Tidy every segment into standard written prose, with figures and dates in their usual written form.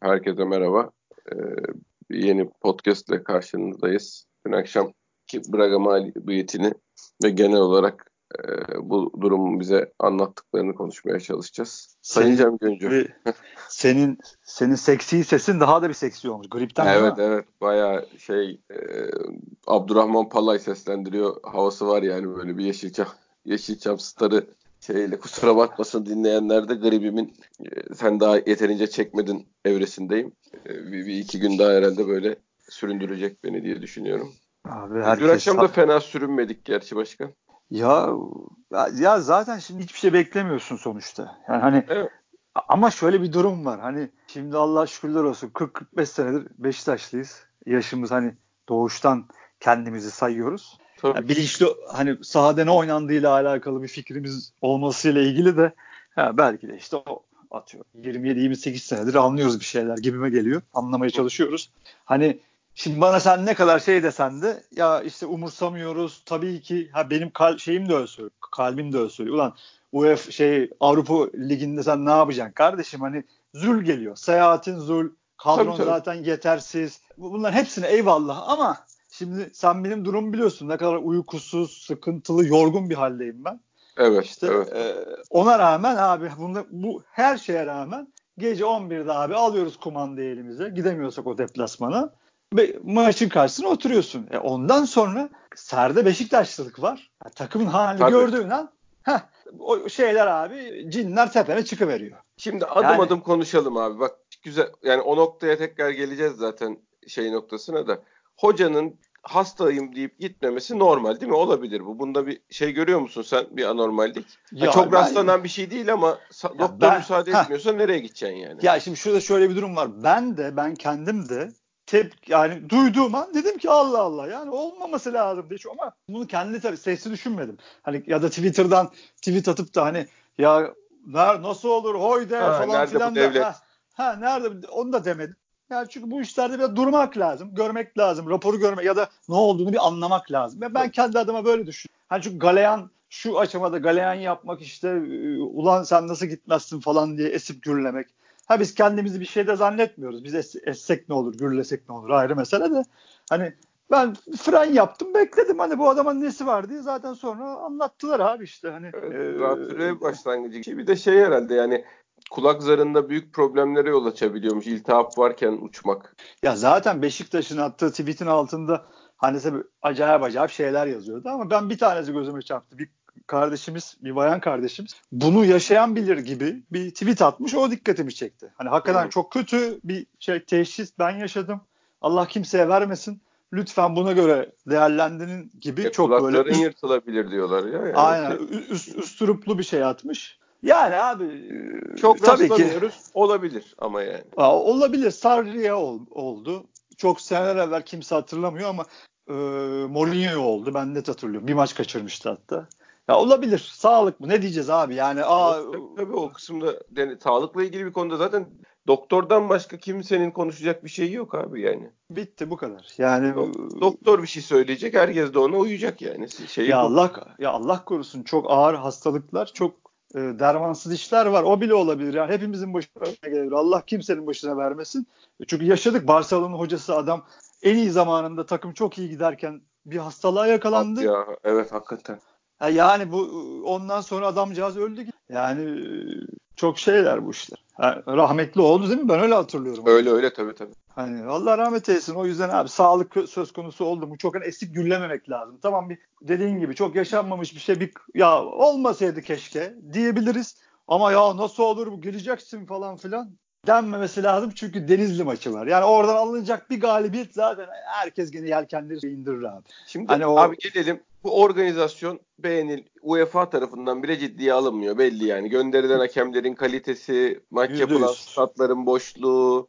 Herkese merhaba. Ee, Bir yeni podcast ile karşınızdayız. Dün akşamki Braga mağlubiyetini ve genel olarak bu durumun bize anlattıklarını konuşmaya çalışacağız. Sayın Senin Cem Göncü. senin seksi sesin daha da bir seksi olmuş. Gripten değil mi? Evet, bayağı Abdurrahman Palay seslendiriyor havası var yani, böyle bir Yeşilçam starı şeyle, kusura bakmasın dinleyenler de, gribimin sen daha yeterince çekmedin evresindeyim. Bir iki gün daha herhalde böyle süründürecek beni diye düşünüyorum. Abi Dün akşam da fena sürünmedik gerçi başkan. ya zaten şimdi hiçbir şey beklemiyorsun sonuçta. Yani hani Evet. ama şöyle bir durum var. Hani şimdi Allah şükürler olsun 40-45 senedir Beşiktaşlıyız. Yaşımız hani doğuştan kendimizi sayıyoruz. Tabii Yani ki. bilinçli hani sahada ne oynandığıyla alakalı bir fikrimiz olmasıyla ilgili de belki de işte o atıyor. 27-28 senedir anlıyoruz bir şeyler gibime geliyor. Anlamaya çalışıyoruz. Hani şimdi bana sen ne kadar şey desen de ya işte umursamıyoruz. Tabii ki benim şeyim de öyle söylüyor. Kalbim de öyle söylüyor. Ulan UEFA Avrupa Ligi'nde sen ne yapacaksın kardeşim? Hani zul geliyor. Seyahatin zul, kadron Tabii. zaten yetersiz. Bunların hepsine eyvallah ama şimdi sen benim durumu biliyorsun. Ne kadar uykusuz, sıkıntılı, yorgun bir haldeyim ben. İşte Evet. ona rağmen abi bu her şeye rağmen gece 11'de abi alıyoruz kumandayı elimize. Gidemiyorsak o deplasmana. Ve maçın karşısına oturuyorsun. Ondan sonra serde Beşiktaşlılık var. Takımın halini Tabii. gördüğün an o şeyler abi cinler tepene çıkıveriyor. Şimdi adım Yani adım konuşalım abi. Bak güzel, yani o noktaya tekrar geleceğiz zaten, şey noktasına da. Hocanın hastayım deyip gitmemesi normal değil mi? Olabilir bu. Bunda bir şey görüyor musun sen, bir anormallik? Ha, çok ya ben rastlanan bir şey değil ama ya doktor ben müsaade etmiyorsa nereye gideceksin yani? ya şimdi şurada şöyle bir durum var. Ben kendim de yani duyduğum an dedim ki Allah Allah yani olmaması lazım diye. Ama bunu kendi tabii sesli düşünmedim. Hani ya da Twitter'dan tweet atıp da hani ya nasıl olur hoyde Ha, falan nerede bu filan da devlet? nerede onu da demedim. Yani çünkü bu işlerde biraz durmak lazım, görmek lazım, raporu görmek ya da ne olduğunu bir anlamak lazım. Ve ben kendi adıma böyle düşünüyorum. Hani çünkü Galeyan şu aşamada Galeyan yapmak işte ulan sen nasıl gitmezsin falan diye esip gürlemek. Biz kendimizi bir şeyde zannetmiyoruz. Biz essek ne olur, gürlesek ne olur ayrı mesele de. Hani ben fren yaptım, bekledim. Hani bu adamın nesi var diye zaten sonra anlattılar abi işte. Hani Evet, zatürre başlangıcı. Bir de şey herhalde yani, kulak zarında büyük problemlere yol açabiliyormuş. İltihap varken uçmak. ya zaten Beşiktaş'ın attığı tweetin altında hani tabii acayip şeyler yazıyordu ama ben bir tanesi gözüme çarptı. Bir bayan kardeşimiz bunu yaşayan bilir gibi bir tweet atmış. O dikkatimi çekti. Hani hakikaten Hı. çok kötü bir teşhis ben yaşadım. Allah kimseye vermesin. Lütfen buna göre değerlendirin gibi çok böyle Kulakların yırtılabilir diyorlar ya, yani aynen şey. üsturuplu bir şey atmış. Yani abi Çok tabii ki rastlamıyoruz. Olabilir ama yani. olabilir. Sarri'ye oldu. Çok seneler evvel kimse hatırlamıyor ama Mourinho oldu. Ben net hatırlıyorum. Bir maç kaçırmıştı hatta. Ya olabilir. Sağlık mı? Ne diyeceğiz abi? Yani Yok, tabii o kısımda yani, sağlıkla ilgili bir konuda zaten doktordan başka kimsenin konuşacak bir şeyi yok abi yani. bitti bu kadar. Yani Doktor bir şey söyleyecek, herkes de ona uyacak yani. ya Şeyi bu. Allah korusun çok ağır hastalıklar, çok dermansız işler var. O bile olabilir. Yani hepimizin başına gelebilir. Allah kimsenin başına vermesin. Çünkü yaşadık. Barcelona hocası adam en iyi zamanında takım çok iyi giderken bir hastalığa Abi yakalandı. ya, evet hakikaten. Yani bu ondan sonra adamcağız öldü. Yani çok şeyler bu işler. Rahmetli oldu değil mi? Ben öyle hatırlıyorum adamı. Öyle tabii. Hani Allah rahmet eylesin. O yüzden abi sağlık söz konusu oldu mu çok hani esip gürlememek lazım. Tamam bir dediğin gibi çok yaşanmamış bir şey ya olmasaydı keşke diyebiliriz. Ama ya nasıl olur bu geleceksin falan filan denmemesi lazım çünkü Denizli maçı var. Yani oradan alınacak bir galibiyet zaten herkes gene yelkenleri indirir abi. Şimdi Hani o abi gelelim, bu organizasyon UEFA tarafından bile ciddiye alınmıyor belli yani. Gönderilen hakemlerin kalitesi, maç yüzde yapılan yüz. statların boşluğu,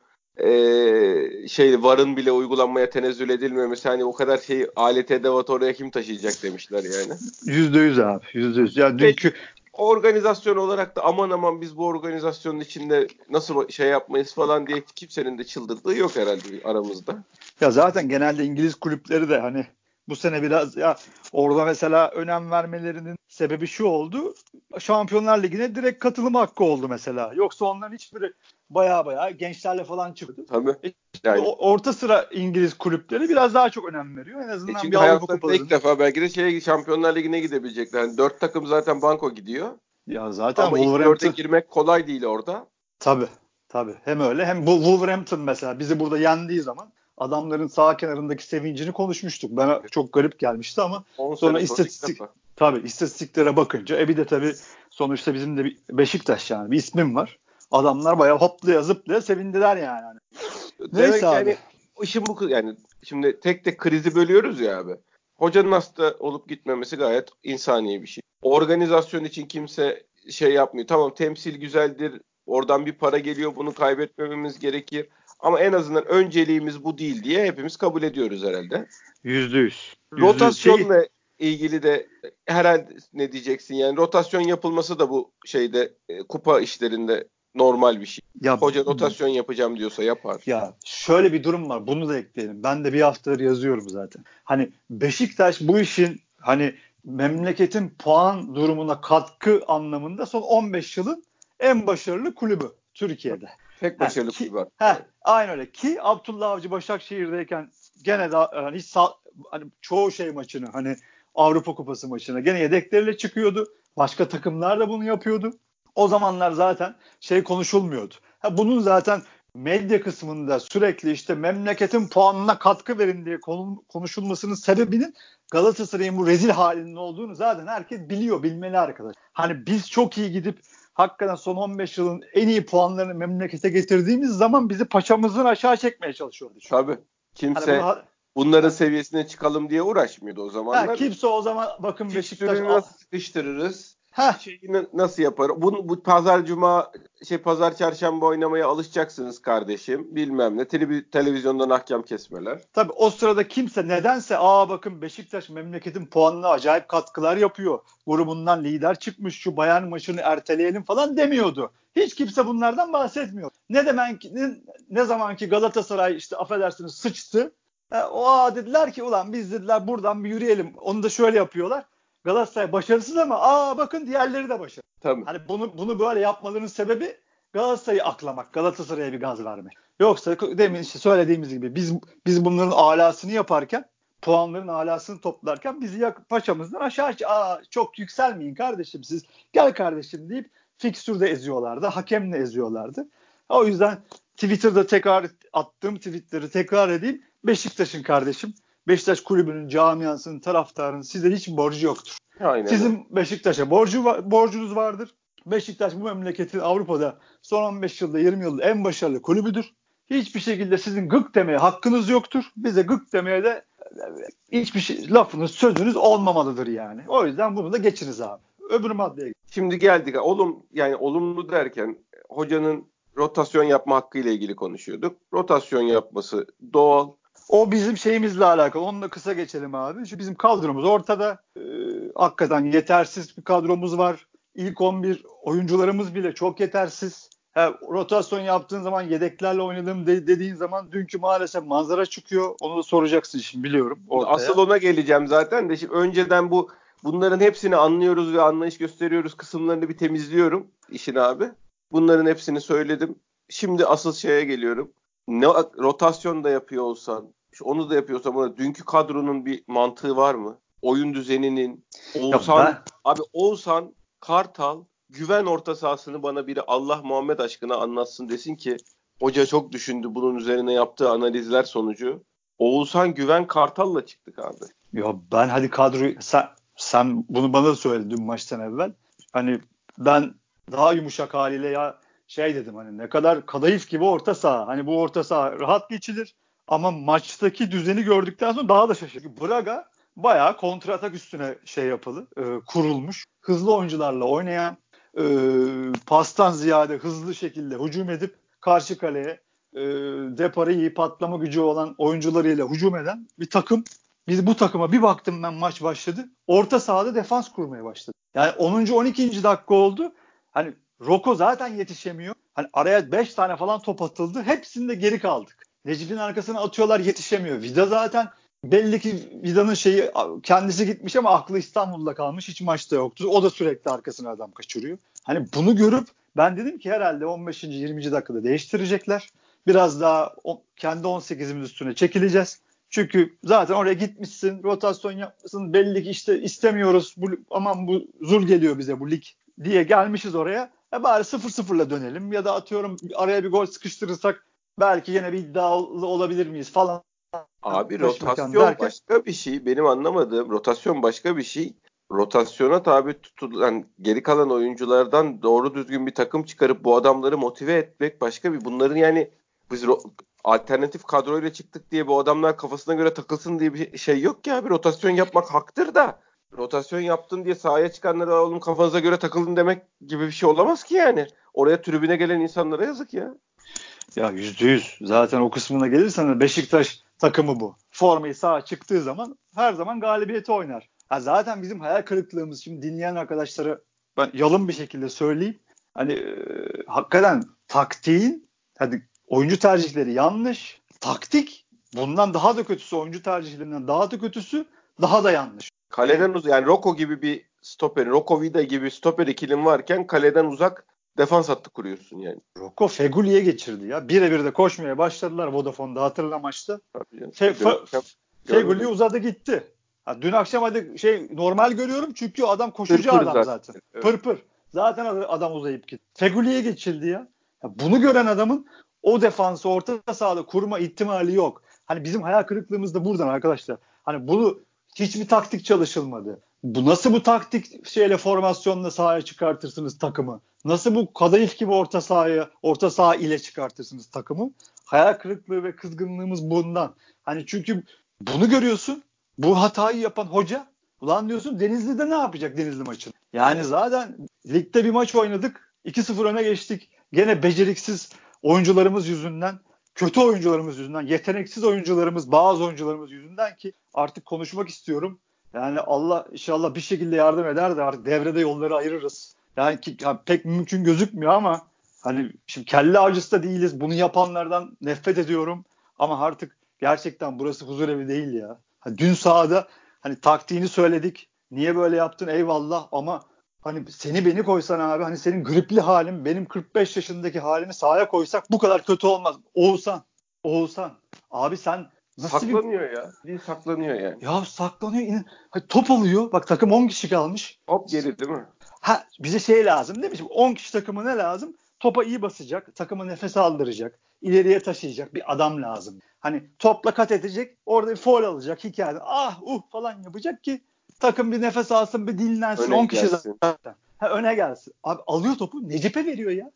VAR'ın bile uygulanmaya tenezzül edilmemesi, hani o kadar alet edevat oraya kim taşıyacak demişler yani. %100 abi. %100. Ya Ve dünkü organizasyon olarak da aman biz bu organizasyonun içinde nasıl şey yapmayız falan diye kimsenin de çıldırdığı yok herhalde aramızda. ya zaten genelde İngiliz kulüpleri de hani bu sene biraz ya orada mesela önem vermelerinin sebebi şu oldu. Şampiyonlar Ligi'ne direkt katılım hakkı oldu mesela. Yoksa onların hiçbiri baya gençlerle falan çıktı. Tabii. Yani Orta sıra İngiliz kulüpleri biraz daha çok önem veriyor. En azından çünkü bir Avrupa hayatlarında ilk kupalarında. defa belki de Şampiyonlar Ligi'ne gidebilecekler. Yani 4 takım zaten banko gidiyor. Ya zaten Ama ilk 4'e Wolverhampton girmek kolay değil orada. tabii. Hem öyle hem bu Wolverhampton mesela bizi burada yendiği zaman adamların sağ kenarındaki sevincini konuşmuştuk. Bana çok garip gelmişti ama 10 sonra sene sonra ilk defa. istatistiklere bakınca bir de tabii sonuçta bizim de bir Beşiktaş yani bir ismim var. Adamlar bayağı hoplaya zıplaya sevindiler yani. Neyse Demek abi. yani işin bu yani şimdi tek krizi bölüyoruz ya abi. Hocanın hasta olup gitmemesi gayet insani bir şey. Organizasyon için kimse şey yapmıyor. Tamam temsil güzeldir. Oradan bir para geliyor. Bunu kaybetmememiz gerekir. Ama en azından önceliğimiz bu değil diye hepimiz kabul ediyoruz herhalde. %100. Rotasyonla ilgili de herhalde ne diyeceksin? Yani rotasyon yapılması da bu kupa işlerinde normal bir şey. Ya Hoca rotasyon yapacağım diyorsa yapar. Ya şöyle bir durum var. Bunu da ekleyelim. Ben de bir haftadır yazıyorum zaten. Hani Beşiktaş bu işin hani memleketin puan durumuna katkı anlamında son 15 yılın en başarılı kulübü Türkiye'de. Tek başarılı kulübü var. Aynen öyle ki Abdullah Avcı Başakşehir'deyken gene de hani hani çoğu maçını hani Avrupa Kupası maçına gene yedekleriyle çıkıyordu. Başka takımlar da bunu yapıyordu. O zamanlar zaten konuşulmuyordu. Bunun zaten medya kısmında sürekli işte memleketin puanına katkı verin diye konuşulmasının sebebinin Galatasaray'ın bu rezil halinin olduğunu zaten herkes bilmeli arkadaş. Hani biz çok iyi gidip hakikaten son 15 yılın en iyi puanlarını memlekete getirdiğimiz zaman bizi paçamızın aşağı çekmeye çalışıyordu. Tabii. Kimse hani bunların seviyesine çıkalım diye uğraşmıyordu o zamanlar. Kimse o zaman bakın Beşiktaş Fikstürünü nasıl sıkıştırırız? Heh. Şeyini nasıl yapar? Bu pazar çarşamba oynamaya alışacaksınız kardeşim. Bilmem ne. Televizyondan ahkam kesmeler. Tabii o sırada kimse nedense bakın Beşiktaş memleketin puanına acayip katkılar yapıyor. Grubundan lider çıkmış şu Bayern maçını erteleyelim falan demiyordu. Hiç kimse bunlardan bahsetmiyor. Ne zaman ki Galatasaray işte affedersiniz sıçtı. Dediler ki ulan biz dediler buradan bir yürüyelim. Onu da şöyle yapıyorlar. Galatasaray başarısız ama bakın diğerleri de başarılı. Tabii. Hani bunu böyle yapmalarının sebebi Galatasaray'ı aklamak, Galatasaray'a bir gaz vermek. Yoksa demin söylediğimiz gibi biz bunların alasını yaparken, puanların alasını toplarken bizi paçamızdan aşağı çok yükselmeyin kardeşim siz. Gel kardeşim deyip fikstürde eziyorlardı, hakemle eziyorlardı. O yüzden Twitter'da attığım tweetleri tekrar edeyim. Beşiktaş'ın kardeşim, Beşiktaş kulübünün, camiasının, taraftarının size hiç borcu yoktur. Aynen. Sizin Beşiktaş'a borcunuz vardır. Beşiktaş bu memleketin Avrupa'da son 15 yılda 20 yılda en başarılı kulübüdür. Hiçbir şekilde sizin gık demeye hakkınız yoktur. Bize gık demeye de hiçbir lafınız sözünüz olmamalıdır yani. O yüzden bunu da geçiniz abi. Öbür maddeye. Şimdi geldik. Yani olumlu derken hocanın rotasyon yapma hakkıyla ilgili konuşuyorduk. Rotasyon yapması doğal. O bizim şeyimizle alakalı. Onu da kısa geçelim abi. Çünkü bizim kadromuz ortada. Hakikaten yetersiz bir kadromuz var. İlk 11 oyuncularımız bile çok yetersiz. Rotasyon yaptığın zaman yedeklerle oynadım dediğin zaman dünkü maalesef manzara çıkıyor. Onu da soracaksın şimdi biliyorum ortaya. Asıl ona geleceğim zaten de. Şimdi önceden bunların hepsini anlıyoruz ve anlayış gösteriyoruz kısımlarını bir temizliyorum işin abi. Bunların hepsini söyledim. Şimdi asıl şeye geliyorum. Ne rotasyon da yapıyor olsan, onu da yapıyorsan dünkü kadronun bir mantığı var mı? Oyun düzeninin, Oğuzhan, Kartal, Güven orta sahasını bana biri Allah Muhammed aşkına anlatsın desin ki hoca çok düşündü bunun üzerine yaptığı analizler sonucu. Oğuzhan, Güven, Kartal'la çıktık abi. Ya ben hadi kadroyu sen bunu bana da söyledin dün maçtan evvel. Hani ben daha yumuşak haliyle dedim hani ne kadar kadayıf gibi orta saha. Hani bu orta saha rahat geçilir ama maçtaki düzeni gördükten sonra daha da şaşırdım. Braga bayağı kontratak üstüne kurulmuş. Hızlı oyuncularla oynayan, pastan ziyade hızlı şekilde hücum edip karşı kaleye deparı iyi patlama gücü olan oyuncularıyla hücum eden bir takım. Biz bu takıma bir baktım ben maç başladı. Orta sahada defans kurmaya başladı. Yani 10. 12. dakika oldu. Hani Roko zaten yetişemiyor. Hani araya 5 tane falan top atıldı. Hepsinde geri kaldık. Necip'in arkasına atıyorlar yetişemiyor. Vida zaten belli ki Vida'nın kendisi gitmiş ama aklı İstanbul'da kalmış. Hiç maçta yoktu. O da sürekli arkasına adam kaçırıyor. Hani bunu görüp ben dedim ki herhalde 15. 20. dakikada değiştirecekler. Biraz daha kendi 18'imiz üstüne çekileceğiz. Çünkü zaten oraya gitmişsin, rotasyon yapmışsın. Belli ki işte istemiyoruz. Aman bu zul geliyor bize bu lig diye gelmişiz oraya. Bari 0-0'la dönelim ya da atıyorum araya bir gol sıkıştırırsak belki yine bir iddialı olabilir miyiz falan. Abi Peşmekan rotasyon derken başka bir şey. Benim anlamadığım rotasyon başka bir şey. Rotasyona tabi tutulan geri kalan oyunculardan doğru düzgün bir takım çıkarıp bu adamları motive etmek başka bir. Bunların yani biz alternatif kadroyla çıktık diye bu adamlar kafasına göre takılsın diye bir şey yok ki abi. Rotasyon yapmak haktır da. Rotasyon yaptın diye sahaya çıkanlara oğlum kafanıza göre takılın demek gibi bir şey olamaz ki yani. Oraya tribüne gelen insanlara yazık ya. ya %100 zaten o kısmına gelirsen Beşiktaş takımı bu. Formayı sağa çıktığı zaman her zaman galibiyeti oynar. Zaten bizim hayal kırıklığımız şimdi dinleyen arkadaşlara ben yalın bir şekilde söyleyeyim. Hani hakikaten taktiğin hadi oyuncu tercihleri yanlış. Taktik bundan daha da kötüsü oyuncu tercihlerinden daha da kötüsü daha da yanlış. Kaleden uzak yani Roko gibi bir stoper, Roko Vida gibi stoper ikilin varken kaleden uzak defans hattı kuruyorsun yani. Rocco Feguli'ye geçirdi ya. Birebir de koşmaya başladılar Vodafone'da hatırla maçta. Tabii canım. Dün Fe, akşam Feguli görmedim. uzadı gitti. Dün akşam hadi normal görüyorum çünkü adam koşucu Pırpır adam zaten. zaten. Evet. Pır pır. Zaten adam uzayıp gitti. Feguli'ye geçildi ya. Bunu gören adamın o defansı orta sahada kurma ihtimali yok. Hani bizim hayal kırıklığımız da buradan arkadaşlar. Hani bunu hiçbir taktik çalışılmadı. Bu nasıl bu taktik formasyonla sahaya çıkartırsınız takımı? Nasıl bu kadayıf gibi orta saha ile çıkartırsınız takımı? Hayal kırıklığı ve kızgınlığımız bundan. Hani çünkü bunu görüyorsun. Bu hatayı yapan hoca ulan diyorsun Denizli'de ne yapacak Denizli maçını? Yani zaten ligde bir maç oynadık. 2-0 öne geçtik. Gene beceriksiz oyuncularımız yüzünden, kötü oyuncularımız yüzünden, yeteneksiz oyuncularımız, bazı oyuncularımız yüzünden ki artık konuşmak istiyorum. Yani Allah inşallah bir şekilde yardım eder de artık devrede yolları ayırırız. Yani pek mümkün gözükmüyor ama hani şimdi kelle avcısı da değiliz. Bunu yapanlardan nefret ediyorum. Ama artık gerçekten burası huzur değil ya. Dün sahada hani taktiğini söyledik. Niye böyle yaptın eyvallah ama hani seni beni koysan abi hani senin gripli halin benim 45 yaşındaki halimi sahaya koysak bu kadar kötü olmaz. Oğuzhan abi sen nasıl bir Saklanıyor ya. Bir saklanıyor yani. ya saklanıyor top alıyor bak takım 10 kişi kalmış. Hop geri değil mi? Bize lazım değil mi? Şimdi 10 kişi takımı ne lazım? Topa iyi basacak, takımı nefes aldıracak, ileriye taşıyacak bir adam lazım. Hani topla kat edecek, orada bir faul alacak hikayede. Falan yapacak ki takım bir nefes alsın, bir dinlensin. Öne 10 kişi gelsin. zaten. Öne gelsin. Abi alıyor topu, Necip'e veriyor ya.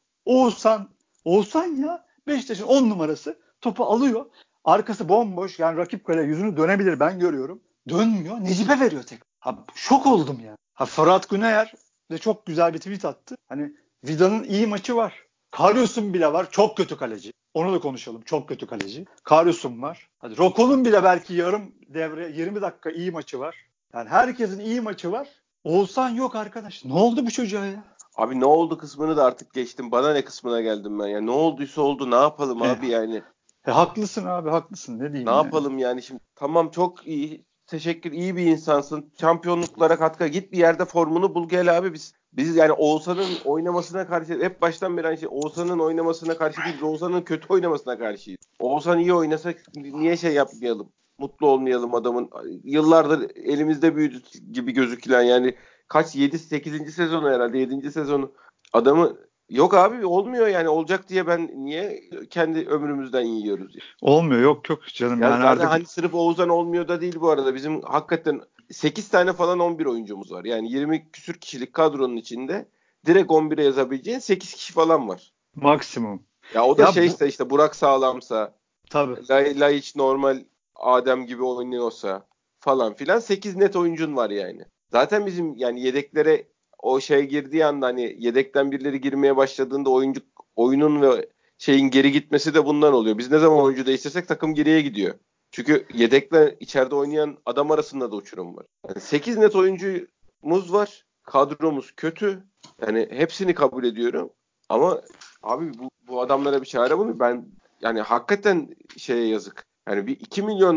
Oğuzhan ya. Beşiktaş'ın 10 numarası topu alıyor. Arkası bomboş. Yani rakip kale yüzünü dönebilir ben görüyorum. Dönmüyor. Necip'e veriyor tek. Şok oldum ya. Fırat Güneyer de çok güzel bir tweet attı. Hani Vida'nın iyi maçı var. Karius'un bile var. Çok kötü kaleci. Onu da konuşalım. Çok kötü kaleci. Karius'un var. Hadi Roko'nun bile belki yarım devre 20 dakika iyi maçı var. Yani herkesin iyi maçı var. Oğuzhan yok arkadaş. Ne oldu bu çocuğa ya? Abi ne oldu kısmını da artık geçtim. Bana ne kısmına geldim ben ya. Ne olduysa oldu. Ne yapalım He, abi yani? haklısın abi haklısın. Ne Ne diyeyim yani? yapalım yani şimdi? Tamam çok iyi. Teşekkür iyi bir insansın. Şampiyonluklara katkı git bir yerde formunu bul gel abi biz yani Oğuzhan'ın oynamasına karşı hep baştan beri aynı şey Oğuzhan'ın oynamasına karşı değil Oğuzhan'ın kötü oynamasına karşıyız. Oğuzhan iyi oynasa niye şey yapmayalım? Mutlu olmayalım adamın. Yıllardır elimizde büyüdü gibi gözükülen yani kaç 7 8. sezonu herhalde 7. sezonu. Adamı yok abi olmuyor yani olacak diye ben niye kendi ömrümüzden yiyoruz? Olmuyor yok canım Ya yani zaten artık hani sırf Oğuzhan olmuyor da değil bu arada. Bizim hakikaten 8 tane falan 11 oyuncumuz var. Yani 20 küsür kişilik kadronun içinde direkt 11'e yazabileceğin 8 kişi falan var. maksimum. Ya o da Ya bu şeyse işte Burak sağlamsa, tabii. Laiç normal Adem gibi oynuyorsa falan filan 8 net oyuncun var yani. Zaten bizim yani yedeklere o şey girdiği anda hani yedekten birileri girmeye başladığında oyunun ve şeyin geri gitmesi de bundan oluyor. Biz ne zaman oyuncu değiştirsek takım geriye gidiyor. Çünkü yedekle içeride oynayan adam arasında da uçurum var. Yani 8 net oyuncumuz var. Kadromuz kötü. Yani hepsini kabul ediyorum. Ama abi bu adamlara bir çare bulun. Ben yani hakikaten şeye yazık. Yani bir 2 milyon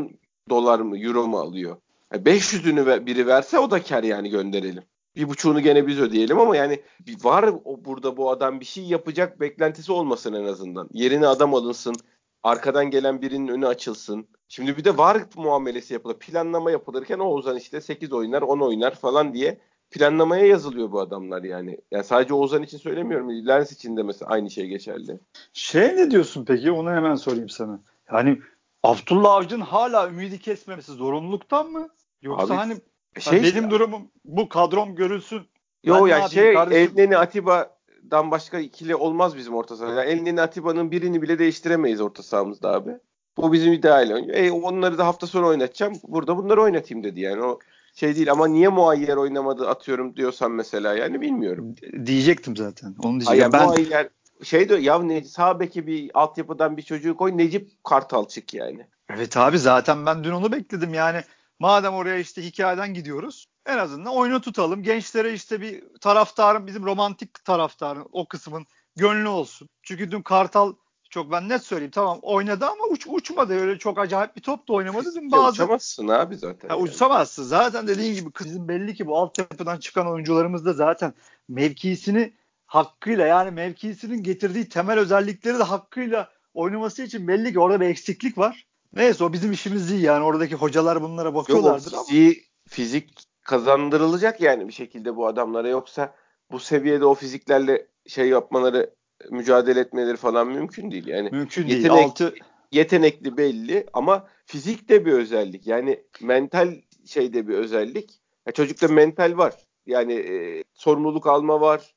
dolar mı euro mu alıyor? 500'ünü biri verse o da kar yani, gönderelim. 1,5'unu gene biz ödeyelim ama yani var burada bu adam bir şey yapacak beklentisi olmasın en azından. Yerine adam alınsın. Arkadan gelen birinin önü açılsın. Şimdi bir de var muamelesi yapılır. Planlama yapılırken Oğuzhan işte 8 oynar 10 oynar falan diye planlamaya yazılıyor bu adamlar yani. Yani sadece Oğuzhan için söylemiyorum. Lens için de mesela aynı şey geçerli. Ne diyorsun peki? Onu hemen sorayım sana. Yani Abdullah Avcı'nın hala ümidi kesmemesi zorunluluktan mı? Yoksa Abi hani işte benim durumum bu, kadrom görülsün. yo Ben ne yani yapayım kardeşim? Elneny Atiba'dan başka ikili olmaz bizim orta sahada. Yani Elneny Atiba'nın birini bile değiştiremeyiz orta sahamızda abi. Bu bizim ideal oyun. Onları da hafta sonu oynatacağım. Burada bunları oynatayım dedi yani. O şey değil ama niye Muayyer oynamadı atıyorum diyorsan mesela yani bilmiyorum. Diyecektim zaten. Onu Hayır diyecektim. yani Ben Muayyer şey diyor ya, sağ beki bir altyapıdan bir çocuğu koy, Necip Kartal çık yani. evet abi zaten ben dün onu bekledim yani. Madem oraya işte hikayeden gidiyoruz. En azından oyunu tutalım. Gençlere işte bir taraftarın, bizim romantik taraftarın o kısmın gönlü olsun. Çünkü dün Kartal çok, ben net söyleyeyim, tamam oynadı ama uçmadı. Öyle çok acayip bir top da oynamadı. Dün Fizikle bazı uçamazsın abi zaten yani. uçamazsın. Zaten dediğin gibi bizim belli ki bu altyapıdan çıkan oyuncularımız da zaten mevkisini hakkıyla, yani mevkisinin getirdiği temel özellikleri de hakkıyla oynaması için belli ki orada bir eksiklik var. Neyse o bizim işimiz değil yani, oradaki hocalar bunlara Yok, o bakıyorlardır ama fizik kazandırılacak yani bir şekilde bu adamlara, yoksa bu seviyede o fiziklerle şey yapmaları, mücadele etmeleri falan mümkün değil. Yani mümkün değil. yetenek yetenekli belli ama fizik de bir özellik. Yani mental şeyde bir özellik. Çocukta mental var. Yani sorumluluk alma var.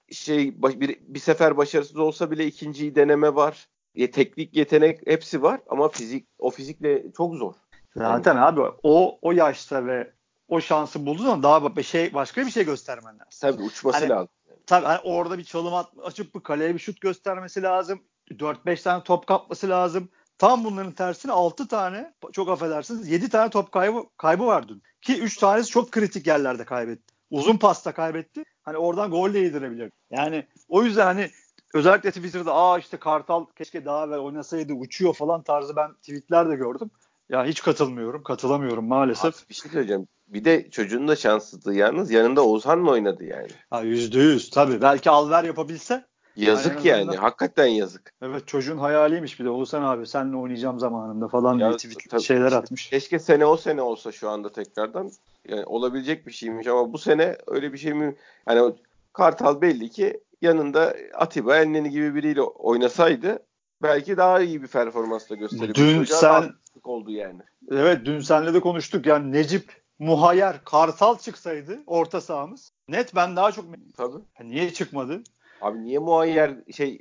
Bir sefer başarısız olsa bile ikinciyi deneme var. Teknik yetenek hepsi var ama o fizikle çok zor. Yani zaten abi o yaşta ve o şansı bulduğun zaman daha başka bir şey göstermen lazım. tabii uçması Hani lazım. tabii hani orada bir çalım açıp bir kaleye bir şut göstermesi lazım. 4-5 tane top kapması lazım. Tam bunların tersine 6 tane, çok affedersiniz, 7 tane top kaybı var dün. Ki 3 tanesi çok kritik yerlerde kaybetti. Uzun pasta kaybetti. Hani oradan gol de yedirebilir. Yani o yüzden hani özellikle Twitter'da işte Kartal keşke daha evvel oynasaydı, uçuyor falan tarzı ben tweetler de gördüm. Ya hiç katılamıyorum Abi maalesef. bir şey söyleyeceğim. Bir de çocuğun da şanssızlığı yalnız. Yanında Oğuzhan'la oynadı yani. Ha, %100 tabii. Belki Alver yapabilse hani en Yazık yani. azından. Hakikaten yazık. Evet, çocuğun hayaliymiş bir de. Oğuzhan abi seninle oynayacağım zamanında falan diye Ya tweet tabii şeyler işte atmış. keşke sene o sene olsa şu anda tekrardan. Yani olabilecek bir şeymiş ama bu sene öyle bir şey mi? Hani o Kartal belli ki yanında Atiba, Elneny gibi biriyle oynasaydı belki daha iyi bir performans da gösterebilirdi. Dün Çocuğa da sen haksızlık oldu yani. evet dün senle de konuştuk. Yani Necip, Muhayyer, Kartal çıksaydı orta sahamız. Net ben daha çok Tabii. niye çıkmadı? Abi niye Muayyer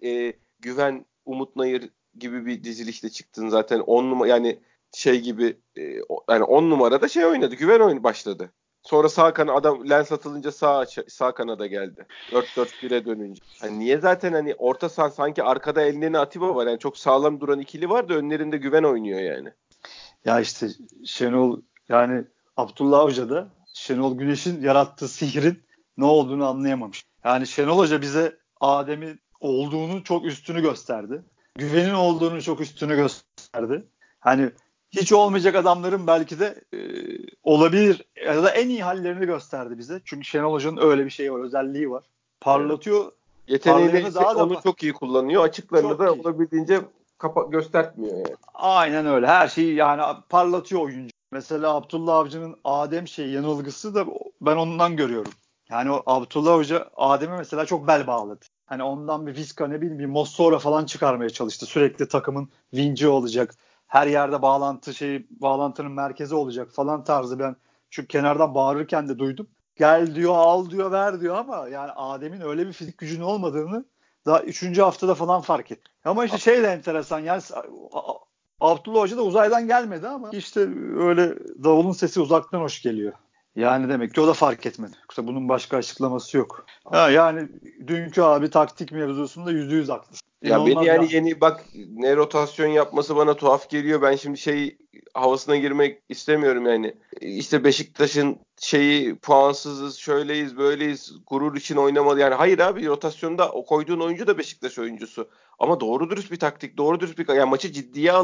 Güven, Umut Nayır gibi bir dizilişle çıktın zaten 10 numara yani şey gibi yani 10 numarada şey oynadı. Güven oyunu başladı. Sonra sağ adam lens atılınca sağ kanada geldi. 4-4-1'e dönünce. Hani niye zaten hani orta saha sanki arkada Elneny Atiba var. Yani çok sağlam duran ikili var da önlerinde Güven oynuyor yani. Ya işte Şenol, yani Abdullah Hoca da Şenol Güneş'in yarattığı sihrin ne olduğunu anlayamamış. Yani Şenol Hoca bize Adem'in olduğunu çok üstünü gösterdi. Güven'in olduğunu çok üstünü gösterdi. Hani hiç olmayacak adamların belki de olabilir ya da en iyi hallerini gösterdi bize. Çünkü Şenol Hoca'nın öyle bir şeyi var, özelliği var. Evet. Parlatıyor. Yeteneğini Parlayanı daha da onu çok iyi kullanıyor. Açıklarını çok da iyi. olabildiğince göstertmiyor yani. Aynen öyle. Her şeyi yani parlatıyor oyuncu. Mesela Abdullah Avcı'nın Adem yanılgısı da ben ondan görüyorum. Yani o Abdullah Hoca Adem'e mesela çok bel bağladı. Hani ondan bir Vizca, ne bileyim, bir Mossora falan çıkarmaya çalıştı. Sürekli takımın vinci olacak. Her yerde bağlantının merkezi olacak falan tarzı, ben şu kenardan bağırırken de duydum. Gel diyor, al diyor, ver diyor ama yani Adem'in öyle bir fizik gücünün olmadığını daha 3. haftada falan fark ettim. Ama işte de enteresan yani Abdullah Hoca da uzaydan gelmedi ama işte öyle davulun sesi uzaktan hoş geliyor. Yani demek ki o da fark etmedi. Yoksa bunun başka açıklaması yok. Ha, yani dünkü abi taktik mevzusunda %100 haklısın. Ya beni İnanılmaz yani ya. yeni bak ne rotasyon yapması bana tuhaf geliyor. Ben şimdi havasına girmek istemiyorum yani. İşte Beşiktaş'ın puansızız, şöyleyiz, böyleyiz, gurur için oynamadı. Yani hayır abi, rotasyonda o koyduğun oyuncu da Beşiktaş oyuncusu. Ama doğru dürüst bir taktik, doğru dürüst bir yani maçı ciddiye alıp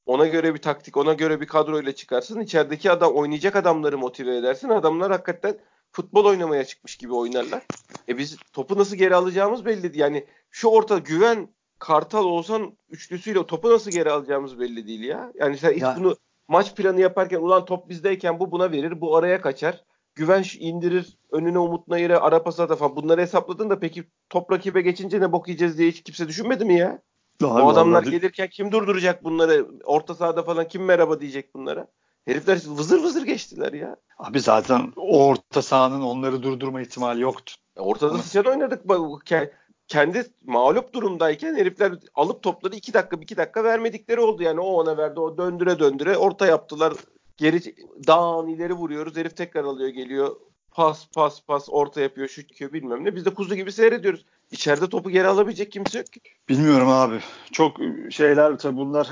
Ona göre bir taktik, ona göre bir kadroyla çıkarsın. İçerideki oynayacak adamları motive edersin. Adamlar hakikaten futbol oynamaya çıkmış gibi oynarlar. Biz topu nasıl geri alacağımız belli değil. Yani şu orta Güven, Kartal, Oğuzhan üçlüsüyle topu nasıl geri alacağımız belli değil ya. Yani sen hiç Ya bunu maç planı yaparken ulan top bizdeyken bu buna verir, bu araya kaçar. Güven indirir, önüne Umut Nayır'a ara pas atar falan. Bunları hesapladın da peki top rakibe geçince ne bok yiyeceğiz diye hiç kimse düşünmedi mi ya? abi Bu adamlar vallahi gelirken kim durduracak bunları? Orta sahada falan kim merhaba diyecek bunlara? Herifler vızır vızır geçtiler ya. abi zaten o orta sahanın onları durdurma ihtimali yoktu. Ortada Ama sıçan oynadık. Kendi mağlup durumdayken herifler alıp topları 2 dakika vermedikleri oldu. Yani o ona verdi, o döndüre döndüre orta yaptılar. Geri dağın ileri vuruyoruz. Herif tekrar alıyor geliyor. Pas pas pas orta yapıyor, şut çekiyor bilmem ne. Biz de kuzu gibi seyrediyoruz. İçeride topu geri alabilecek kimse yok ki. bilmiyorum abi. Çok şeyler tabii bunlar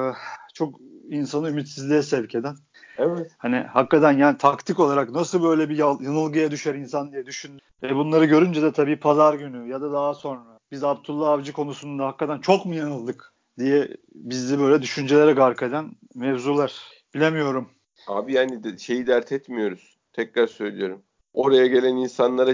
çok insanı ümitsizliğe sevk eden. Evet. Hani hakikaten yani taktik olarak nasıl böyle bir yanılgıya düşer insan diye düşün. Bunları görünce de tabii pazar günü ya da daha sonra biz Abdullah Avcı konusunda hakikaten çok mu yanıldık diye bizi böyle düşüncelere gark eden mevzular. Bilemiyorum. Abi yani şeyi dert etmiyoruz. Tekrar söylüyorum. Oraya gelen insanlara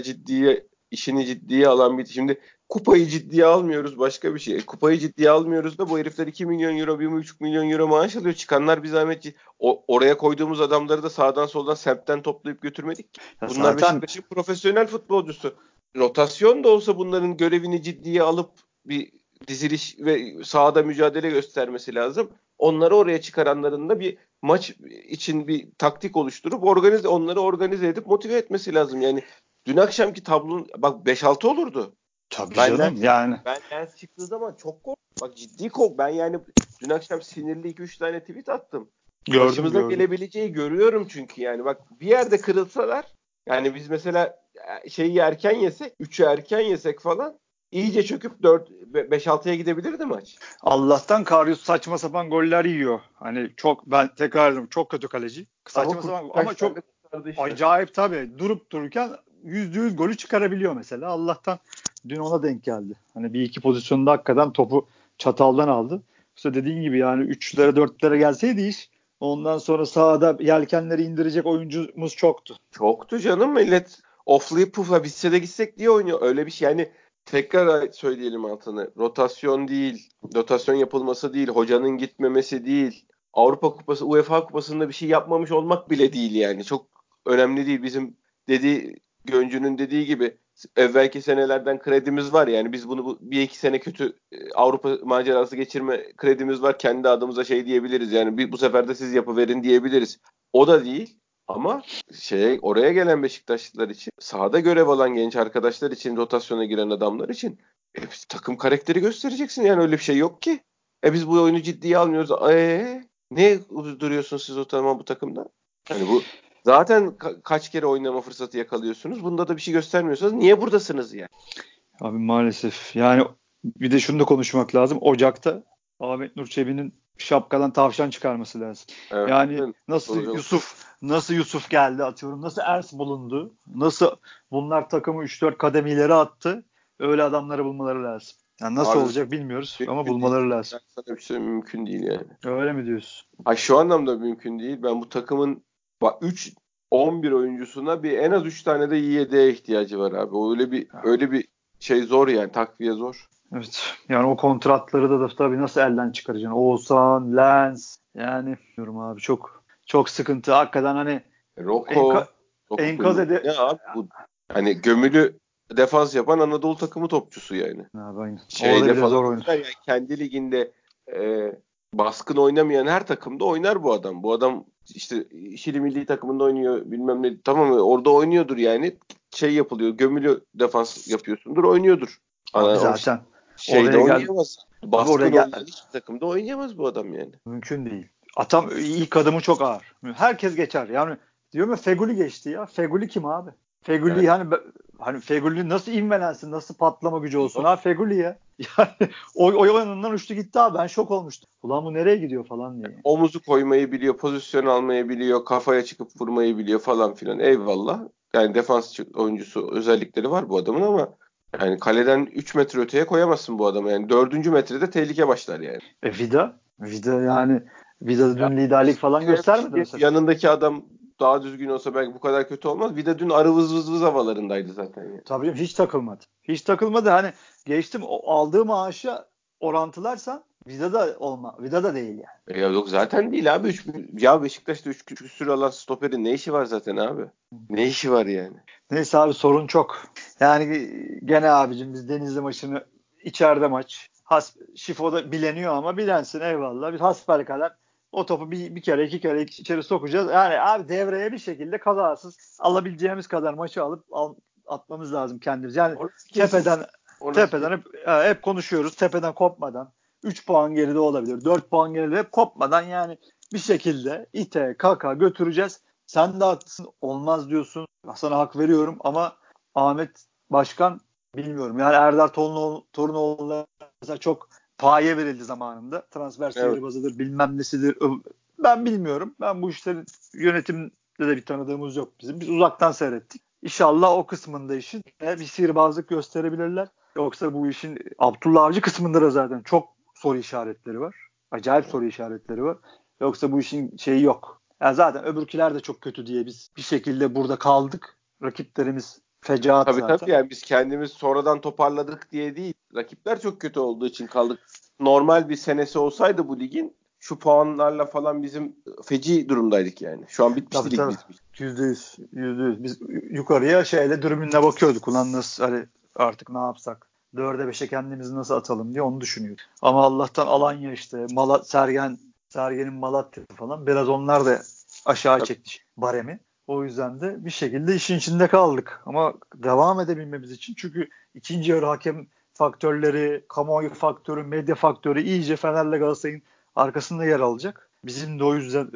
işini ciddiye alan şimdi kupayı ciddiye almıyoruz başka bir şey. Kupayı ciddiye almıyoruz da bu herifler 2 milyon euro, 1,5 milyon euro maaş alıyor. Çıkanlar bir zahmet oraya koyduğumuz adamları da sağdan soldan semtten toplayıp götürmedik ki. Ya Bunlar zaten Beşiktaş'ın profesyonel futbolcusu. Rotasyon da olsa bunların görevini ciddiye alıp bir diziliş ve sahada mücadele göstermesi lazım. Onları oraya çıkaranların da bir maç için bir taktik oluşturup onları organize edip motive etmesi lazım. Yani dün akşamki tablonun bak 5-6 olurdu. tabii Ben canım Lens, yani ben Lens çıktığı zaman çok korktum. Bak ciddi kork. Ben yani dün akşam sinirli 2-3 tane tweet attım. Başımıza gördüm. gelebileceği görüyorum çünkü yani. Bak bir yerde kırılsalar yani biz mesela şeyi erken yesek 3'ü erken yesek falan iyice çöküp 5-6'ya gidebilirdi maç. Allah'tan Karius saçma sapan goller yiyor. Hani çok ben tekrar ediyorum çok kötü kaleci. Ama Saçma sapan ama kaç tane çok kurtardı işte. acayip tabii. Durup dururken %100 golü çıkarabiliyor mesela. Allah'tan dün ona denk geldi. Hani bir iki pozisyonda hakikaten topu çataldan aldı. İşte dediğin gibi yani 3'lere 4'lere gelseydi iş ondan sonra sahada yelkenleri indirecek oyuncumuz çoktu. Çoktu canım millet oflayıp pufla bitse de gitsek diye oynuyor. Öyle bir şey yani tekrar söyleyelim altını. Rotasyon değil, rotasyon yapılması değil, hocanın gitmemesi değil. Avrupa Kupası, UEFA Kupası'nda bir şey yapmamış olmak bile değil yani. Çok önemli değil. Bizim Göncü'nün dediği gibi evvelki senelerden kredimiz var yani biz bunu bir iki sene kötü Avrupa macerası geçirme kredimiz var. Kendi adımıza şey diyebiliriz yani bu sefer de siz yapıverin diyebiliriz. O da değil. Ama oraya gelen Beşiktaşlılar için, sahada görev alan genç arkadaşlar için, rotasyona giren adamlar için takım karakteri göstereceksin. Yani öyle bir şey yok ki. Biz bu oyunu ciddiye almıyoruz. Ne duruyorsun siz o zaman bu takımda? Hani bu zaten kaç kere oynama fırsatı yakalıyorsunuz. Bunda da bir şey göstermiyorsanız niye buradasınız yani? Abi maalesef. Yani bir de şunu da konuşmak lazım. Ocak'ta Ahmet Nur Çebi'nin şapkadan tavşan çıkarması lazım. Evet. Yani Doğru. nasıl Yusuf geldi atıyorum. Nasıl Ers bulundu. Nasıl bunlar takımı 3-4 kademe ileri attı. Öyle adamları bulmaları lazım. Yani nasıl Abi olacak bilmiyoruz ama mümkün değil. bulmaları lazım. Ben sana bir şey söyleyeyim, mümkün değil yani. Öyle mi diyorsun? Şu anlamda mümkün değil. Ben bu takımın 11 oyuncusuna en az 3 tane de yedeğe ihtiyacı var abi. Öyle bir şey zor yani takviye zor. Evet. Yani o kontratları da tabii nasıl elden çıkaracaksın? Oğuzhan, Lens yani bilmiyorum abi çok sıkıntı. Hakikaten hani enka, Roko enkaz bilmem ne abi bu hani gömülü defans yapan Anadolu takımı topçusu yani. Abi aynen. Orada Şeyde bile falan zor oynar. oynar yani kendi liginde e, baskın oynamayan her takımda oynar bu adam. Bu adam işte Şili milli takımında oynuyor bilmem ne tamam mı orada oynuyordur yani yapılıyor gömülü defans yapıyorsundur oynuyordur. Abi O zaten şeyde oraya gel. oynayamaz. Abi oraya Baskın gel. oynayan hiçbir takımda oynayamaz bu adam yani. Mümkün değil. Atam ilk adımı çok ağır. Herkes geçer. Yani diyorum ya Feguli geçti ya. Feguli kim abi? Feguli Yani hani Feguli nasıl ivmelensin, nasıl patlama gücü olsun yok. ha Feguli ya. Yani o yanından uçtu gitti abi. Ben şok olmuştum. Ulan bu nereye gidiyor falan diye. Omuzu koymayı biliyor, pozisyon almayı biliyor, kafaya çıkıp vurmayı biliyor falan filan. Eyvallah. Yani defans oyuncusu özellikleri var bu adamın ama yani kaleden 3 metre öteye koyamazsın bu adamı. Yani 4. metrede tehlike başlar yani. Vida yani Vida dün liderlik falan göstermedi mesela. Yanındaki adam daha düzgün olsa belki bu kadar kötü olmaz. Vida dün arı vız vız vız havalarındaydı zaten. Yani. Tabii canım, hiç takılmadı. Hiç takılmadı. Hani geçtim aldığı maaşa orantılarsan Vida da değil yani. Ya yok zaten değil abi. Ya Beşiktaş'ta 3 küsür alan stoperin ne işi var zaten abi? Ne işi var yani? Neyse abi, sorun çok. Yani gene abicim biz Denizli maçını içeride maç. Şifo'da bileniyor ama bilensin, eyvallah. Biz hasbelkader o topu bir kere iki kere içeri sokacağız. Yani abi devreye bir şekilde kazasız alabileceğimiz kadar maçı atmamız lazım kendimiz. Yani Orası kesin. tepeden Orası tepeden kesin. hep konuşuyoruz. Tepeden kopmadan 3 puan geride olabilir. 4 puan geride, hep kopmadan yani bir şekilde ite kaka götüreceğiz. Sen de haklısın, olmaz diyorsun. Sana hak veriyorum ama Ahmet Başkan bilmiyorum. Yani Erdar Torunoğlu'na mesela çok paye verildi zamanında. Transfer Evet. sihirbazıdır, bilmem nesidir. Ben bilmiyorum. Ben bu işlerin yönetimde de bir tanıdığımız yok bizim. Biz uzaktan seyrettik. İnşallah o kısmında işin bir sihirbazlık gösterebilirler. Yoksa bu işin Abdullah Avcı kısmında da zaten çok soru işaretleri var. Acayip soru işaretleri var. Yoksa bu işin şeyi yok. Yani zaten öbürküler de çok kötü diye biz bir şekilde burada kaldık. Rakiplerimiz fecaat Tabii zaten. yani biz kendimiz sonradan toparladık diye değil. Rakipler çok kötü olduğu için kaldık. Normal bir senesi olsaydı bu ligin şu puanlarla falan bizim feci durumdaydık yani. Şu an bitmişti Tabii lig tabii. bitmiş. %100. %100. Biz yukarıya şeyle dürümünle bakıyorduk. Ulan nasıl, hani artık ne yapsak? 4'e 5'e kendimizi nasıl atalım diye onu düşünüyorduk. Ama Allah'tan Alanya işte Sergen'in Malatya falan biraz onlar da aşağı Tabii. çekti baremi. O yüzden de bir şekilde işin içinde kaldık. Ama devam edebilmemiz için, çünkü ikinci yarı hakem faktörleri, kamuoyu faktörü, medya faktörü iyice Fener'le Galatasaray'ın arkasında yer alacak. Bizim de o yüzden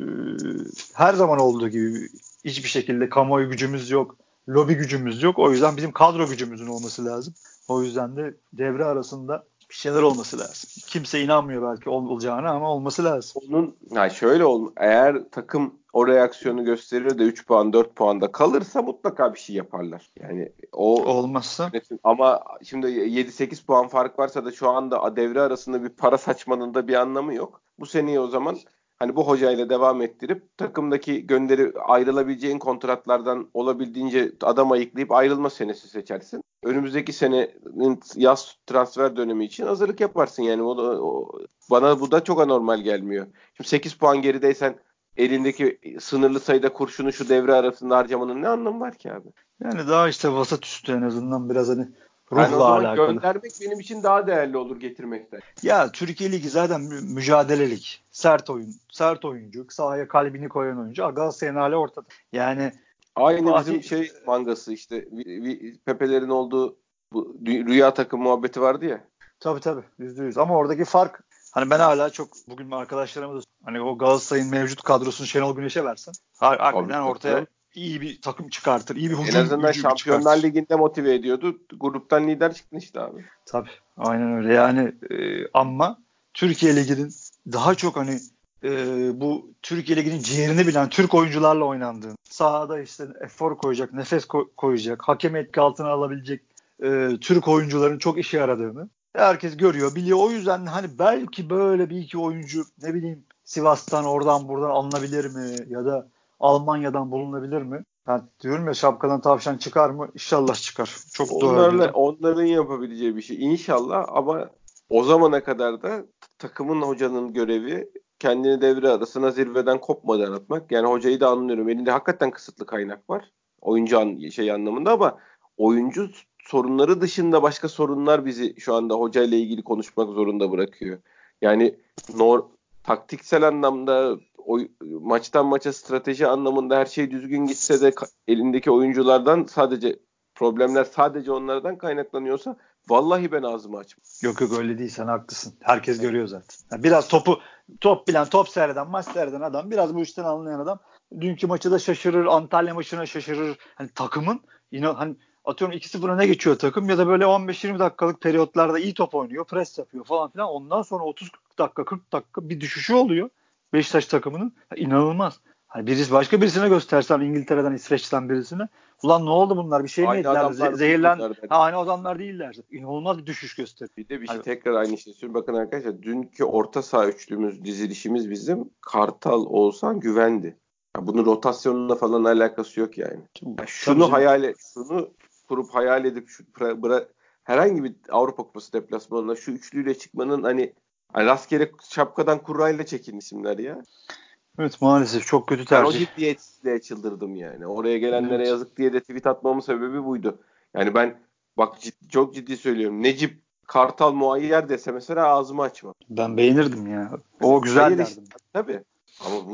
her zaman olduğu gibi hiçbir şekilde kamuoyu gücümüz yok, lobi gücümüz yok. O yüzden bizim kadro gücümüzün olması lazım. O yüzden de devre arasında bir şeyler olması lazım. Kimse inanmıyor belki olacağına ama olması lazım. Yani şöyle eğer takım o reaksiyonu gösterir de 3 puan 4 puanda kalırsa mutlaka bir şey yaparlar. Yani o Olmazsa ama şimdi 7-8 puan fark varsa da şu anda devre arasında bir para saçmanın da bir anlamı yok. Bu seneyi o zaman hani bu hocayla devam ettirip takımdaki ayrılabileceğin kontratlardan olabildiğince adam ayıklayıp ayrılma senesi seçersin. Önümüzdeki senenin yaz transfer dönemi için hazırlık yaparsın yani. Bana bu da çok anormal gelmiyor. Şimdi 8 puan gerideysen elindeki sınırlı sayıda kurşunu şu devre arasında harcamanın ne anlamı var ki abi? yani daha işte vasat üstü, en azından biraz hani Yani o ruhla zaman alakalı. göndermek benim için daha değerli olur getirmekten. Ya Türkiye Ligi zaten mücadelelik. Sert oyun. Sert oyuncu. Sahaya kalbini koyan oyuncu. Galatasaray'ın hali ortada. Yani Aynı bizim Fatih, mangası işte Pepe'lerin olduğu bu rüya takım muhabbeti vardı ya. tabii tabii, %100. Ama oradaki fark, hani ben hala çok, bugün arkadaşlarımız hani o Galatasaray'ın mevcut kadrosunu Şenol Güneş'e versen Tabii hakikaten tabii ortaya canım. iyi bir takım çıkartır. İyi bir En hücum azından gücü Şampiyonlar çıkartır. Ligi'nde motive ediyordu. Gruptan lider çıktın işte abi. Tabii. Aynen öyle. Yani ama Türkiye Ligi'nin daha çok hani bu Türkiye Ligi'nin ciğerini bilen Türk oyuncularla oynandığını, sahada işte efor koyacak, nefes koyacak, hakem etki altına alabilecek Türk oyuncuların çok işe yaradığını herkes görüyor, biliyor. O yüzden hani belki böyle bir iki oyuncu, ne bileyim, Sivas'tan oradan buradan alınabilir mi ya da Almanya'dan bulunabilir mi? Ben diyorum ya, şapkadan tavşan çıkar mı? İnşallah çıkar. Çok dua ediyorum. Onların yapabileceği bir şey inşallah ama o zamana kadar da takımın hocanın görevi kendini devre arasına zirveden kopmadan atmak. Yani hocayı da anlıyorum. Elinde hakikaten kısıtlı kaynak var. Oyuncu anlamında ama oyuncu sorunları dışında başka sorunlar bizi şu anda hocayla ilgili konuşmak zorunda bırakıyor. Yani taktiksel anlamda maçtan maça strateji anlamında her şey düzgün gitse de elindeki oyunculardan problemler sadece onlardan kaynaklanıyorsa vallahi ben ağzımı açmam. Yok yok, öyle değil, sen haklısın. Herkes görüyor zaten. Yani biraz top bilen, top seyreden, maç seyreden adam, biraz bu işten anlayan adam dünkü maçı da şaşırır, Antalya maçına şaşırır. Hani takımın yine, hani atıyorum 2-0 öne geçiyor takım ya da böyle 15-20 dakikalık periyotlarda iyi top oynuyor, pres yapıyor falan filan. Ondan sonra 30 dakika 40 dakika bir düşüşü oluyor Beşiktaş takımının. İnanılmaz. Hani birisi başka birisine göstersen İngiltere'den, İsveç'ten birisine. Ulan ne oldu bunlar? Bir şey mi Aynı yediler? adamlar değil Zehirlen. bunlar Ha, derler. aynı adamlar değiller. İnanılmaz bir düşüş gösteriyor. Bir de bir şey Hani, tekrar aynı şey söylüyorum. Bakın arkadaşlar dünkü orta saha üçlümüz, dizilişimiz bizim Kartal, Oğuzhan, Güvendi. Ya bunun rotasyonuna falan alakası yok yani. Ya tabii şunu canım. şunu kurup hayal edip herhangi bir Avrupa Kupası deplasmanına şu üçlüyle çıkmanın hani rastgele şapkadan kurrayla çekin isimler ya. Evet, maalesef çok kötü Ben o tercih. ciddiyetsizliğe çıldırdım yani. Oraya gelenlere Evet. yazık diye de tweet atmamın sebebi buydu. Yani ben bak çok ciddi söylüyorum. Necip Kartal Muayyer dese mesela ağzımı açmam. Ben beğenirdim ya. Hani O güzel hayır işte derdim. tabii. Ama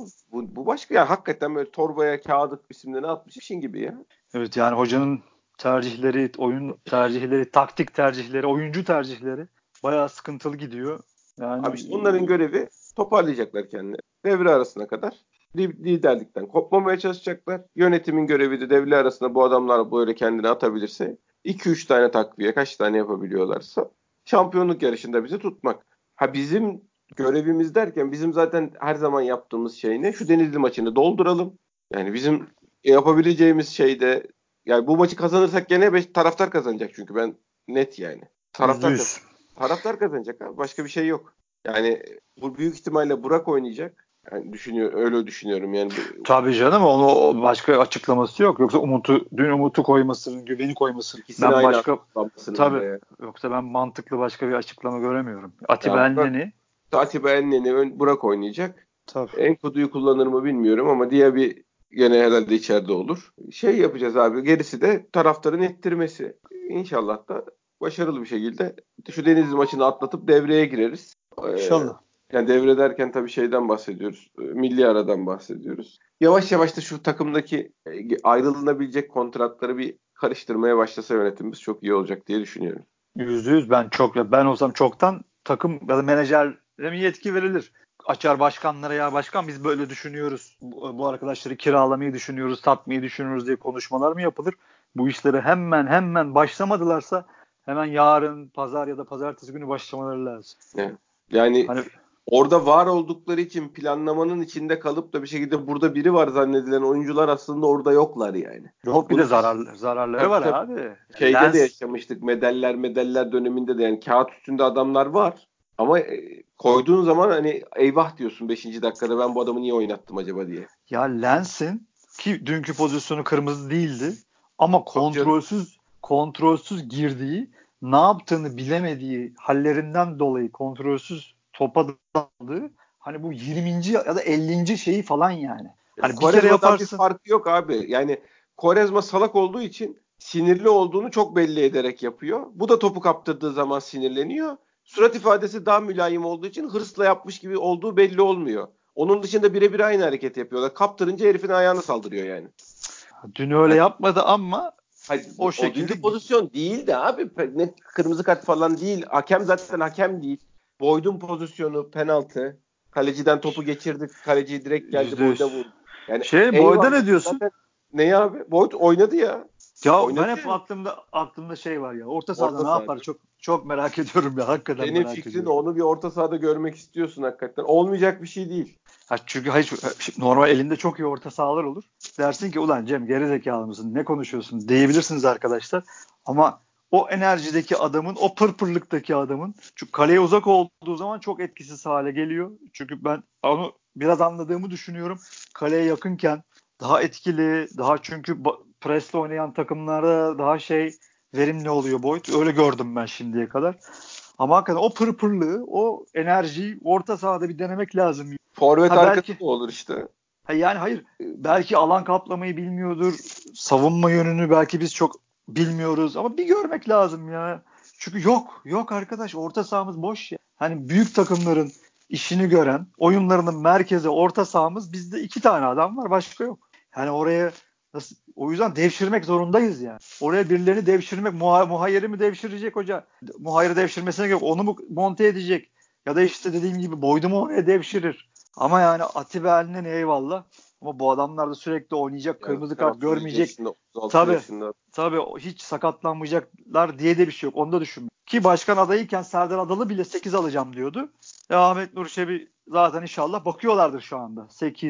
bu başka ya. Hakikaten böyle torbaya kağıdı isimlerini atmış işin gibi ya. Evet, yani hocanın tercihleri, oyun tercihleri, taktik tercihleri, oyuncu tercihleri bayağı sıkıntılı gidiyor. Abi Yani işte onların görevi toparlayacaklar kendileri. Devre arasına kadar liderlikten kopmamaya çalışacaklar. Yönetimin görevi de devre arasında bu adamlar böyle kendini atabilirse 2-3 tane takviye kaç tane yapabiliyorlarsa şampiyonluk yarışında bizi tutmak. Ha bizim görevimiz derken bizim zaten her zaman yaptığımız şey ne? Şu Denizli maçını dolduralım. Yani bizim yapabileceğimiz şey de yani bu maçı kazanırsak gene taraftar kazanacak çünkü ben net yani. yüzde Taraftar yüz. taraftar kazanacak abi. Başka bir şey yok. Yani bu büyük ihtimalle Burak oynayacak. Yani öyle düşünüyorum yani. Tabii canım, onu başka açıklaması yok. Yoksa dün Umut'u koymasının, güveni koymasının İkisini ben aynı anda başka, kullanmasının tabii, ama ya. yoksa ben mantıklı başka bir açıklama göremiyorum. Atiba Ya Elneni, Atiba Elneny Burak oynayacak. tabii. Enkudu'yu kullanır mı bilmiyorum ama Diaby gene herhalde içeride olur. Şey yapacağız abi. Gerisi de taraftarın ettirmesi. İnşallah da başarılı bir şekilde şu Denizli maçını atlatıp devreye gireriz. Ee, İnşallah. Yani devre derken tabii şeyden bahsediyoruz. Milli aradan bahsediyoruz. Yavaş yavaş da şu takımdaki ayrılınabilecek kontratları bir karıştırmaya başlasa yönetimimiz çok iyi olacak diye düşünüyorum. %100, ben olsam çoktan takım ya da menajerlere mi yetki verilir? Açar başkanlara, ya başkan biz böyle düşünüyoruz. Bu arkadaşları kiralamayı düşünüyoruz, satmayı düşünüyoruz diye konuşmalar mı yapılır? Bu işleri hemen başlamadılarsa hemen yarın, pazar ya da pazartesi günü başlamaları lazım. Yani, yani Hani orada var oldukları için planlamanın içinde kalıp da bir şekilde burada biri var zannedilen oyuncular aslında orada yoklar yani. yok, bir de Bunu biz zararları tabii var tabii abi. şeyde de Lens, yaşamıştık. Medaller döneminde de yani kağıt üstünde adamlar var. Ama koyduğun zaman hani eyvah diyorsun 5. dakikada ben bu adamı niye oynattım acaba diye. ya Lens'in ki dünkü pozisyonu kırmızı değildi ama Tabii canım. kontrolsüz girdiği, ne yaptığını bilemediği hallerinden dolayı kontrolsüz topa daldığı, hani bu 20. ya da 50. şeyi falan yani. Hani bir kere Quaresma'dan bir yaparsın. farkı yok abi. Yani Quaresma salak olduğu için sinirli olduğunu çok belli ederek yapıyor. Bu da topu kaptırdığı zaman sinirleniyor. Surat ifadesi daha mülayim olduğu için hırsla yapmış gibi olduğu belli olmuyor. Onun dışında birebir aynı hareket yapıyorlar. Kaptırınca herifin ayağına saldırıyor yani. Dün öyle Hani, yapmadı ama hayır, o o şekilde dünkü pozisyon değildi abi. Ne kırmızı kart falan değil. Hakem zaten hakem değil. Boyd'un pozisyonu penaltı. Kaleciden topu geçirdi. Kaleci direkt geldi Boyd'a %100. vurdu. Yani Boyda ne eyvallah. diyorsun? Zaten ne abi? Boyd oynadı ya. Ya ben Oynadı hep ya. aklımda şey var ya. Orta sahada Orta ne yapar? sahada. Çok merak ediyorum ya. Hakikaten Senin merak fikrin ediyorum. onu bir orta sahada görmek istiyorsun hakikaten. Olmayacak bir şey değil. Çünkü hayır, normal elinde çok iyi orta sahalar olur. Dersin ki ulan Cem, geri zekalı mısın? Ne konuşuyorsun? Diyebilirsiniz arkadaşlar. Ama o enerjideki adamın, o pırpırlıktaki adamın, çünkü kaleye uzak olduğu zaman çok etkisiz hale geliyor. Çünkü ben onu biraz anladığımı düşünüyorum. Kaleye yakınken daha etkili, daha çünkü presle oynayan takımlarda daha verimli oluyor Boyd. Öyle gördüm ben şimdiye kadar. Ama hakikaten o pırpırlığı, o enerjiyi orta sahada bir denemek lazım. Forvet Ha arkası belki da olur işte. yani hayır, belki alan kaplamayı bilmiyordur. Savunma yönünü belki biz çok bilmiyoruz ama bir görmek lazım ya. Çünkü yok arkadaş, orta sahamız boş ya. Hani büyük takımların işini gören, oyunlarının merkezi orta sahamız, bizde 2 tane adam var, başka yok. Yani oraya nasıl, o yüzden devşirmek zorundayız yani. Oraya birilerini devşirmek, Muhayyer'i mi devşirecek hoca? Muhayyer'i devşirmesine gerek, onu mu monte edecek? Ya da işte dediğim gibi Boyd'u mu oraya devşirir? Ama yani Atiba Eline eyvallah. Ama bu adamlar da sürekli oynayacak, Yani kırmızı zaten kart 37 görmeyecek. yaşında, 36 Tabii. yaşında. Tabii, hiç sakatlanmayacaklar diye de bir şey yok. Onu da düşünme. Ki başkan adayıyken Serdar Adalı bile 8 alacağım diyordu. Ahmet Nur Çebi zaten inşallah bakıyorlardır şu anda. 8,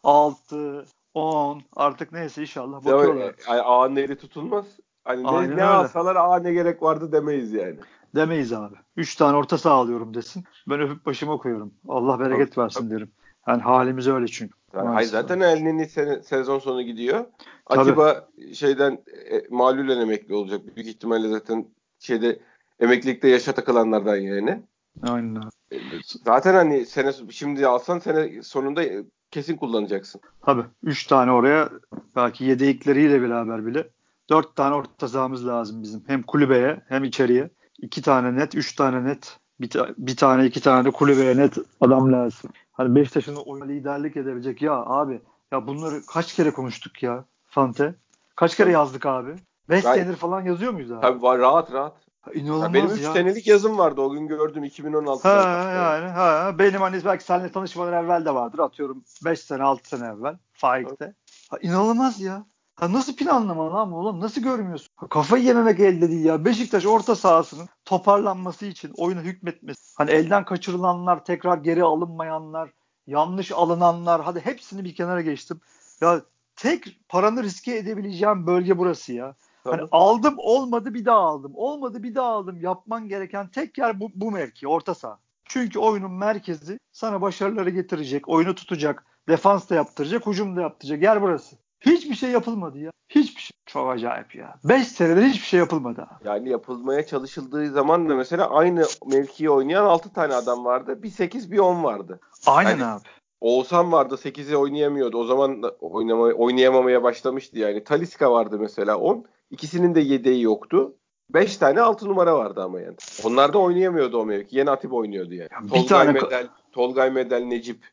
6, 10 artık neyse inşallah Ya, bakıyorlar. ağanın eli tutulmaz. Hani Aynen ne öyle. alsalar ne gerek vardı demeyiz yani. Demeyiz abi. 3 tane orta saha alıyorum desin. Ben öpüp başıma koyuyorum. Allah Tabii, bereket versin tabii. derim. Yani halimiz öyle çünkü. Yani, hayır, Maalesef abi. zaten Elneny sezon sonu gidiyor. Tabii. Atiba şeyden malulen emekli olacak. Büyük ihtimalle zaten emeklilikte yaşa takılanlardan yani. Aynen abi. Zaten hani şimdi alsan sene sonunda kesin kullanacaksın. Tabii. 3 tane oraya belki yedekleriyle beraber bile 4 tane orta sahamız lazım bizim. Hem kulübeye hem içeriye. 2 tane net, 3 tane net. Bir tane, 2 tane de kulübeye net adam lazım. Hani Beşiktaş'ın oyuna liderlik edebilecek ya abi. Ya bunları kaç kere konuştuk ya Fante? Kaç kere Tabii. yazdık abi? 5 Ben, senedir falan yazıyor muyuz abi? tabii var, rahat rahat. Ya benim İnanılmaz 3 ya. senelik yazım vardı. O gün gördüm Ha 2016'dan kalma yani. yani benim hani belki seninle tanışmadan evvel de vardır atıyorum 5 sene 6 sene evvel Faik'te. Ha, inanılmaz ya. Ha, nasıl planlama lan bu oğlum? Nasıl görmüyorsun? Ha, kafayı yememek elde değil ya. Beşiktaş orta sahasının toparlanması için oyuna hükmetmesi. Hani elden kaçırılanlar, tekrar geri alınmayanlar, yanlış alınanlar hadi hepsini bir kenara geçtim. Ya tek paranı riske edebileceğim bölge burası ya. Hani Tabii. aldım olmadı bir daha aldım. Olmadı bir daha aldım. Yapman gereken tek yer bu mevki orta saha. Çünkü oyunun merkezi sana başarıları getirecek, oyunu tutacak, defans da yaptıracak, hücum da yaptıracak. Yer burası. Hiçbir şey yapılmadı ya. Hiçbir şey. Çok acayip ya. 5 senedir hiçbir şey yapılmadı abi. Yani yapılmaya çalışıldığı zaman da mesela aynı mevkiyi oynayan 6 tane adam vardı. Bir 8 bir 10 vardı. Aynen Yani abi. Oğuzhan vardı, 8'i oynayamıyordu. O zaman da oynayamamaya başlamıştı yani. Talisca vardı mesela 10. İkisinin de yedeği yoktu. 5 tane 6 numara vardı ama yani. Onlar da oynayamıyordu o mevki. Yeni Atiba oynuyordu yani. Ya bir tane Tolgay Medel, Necip,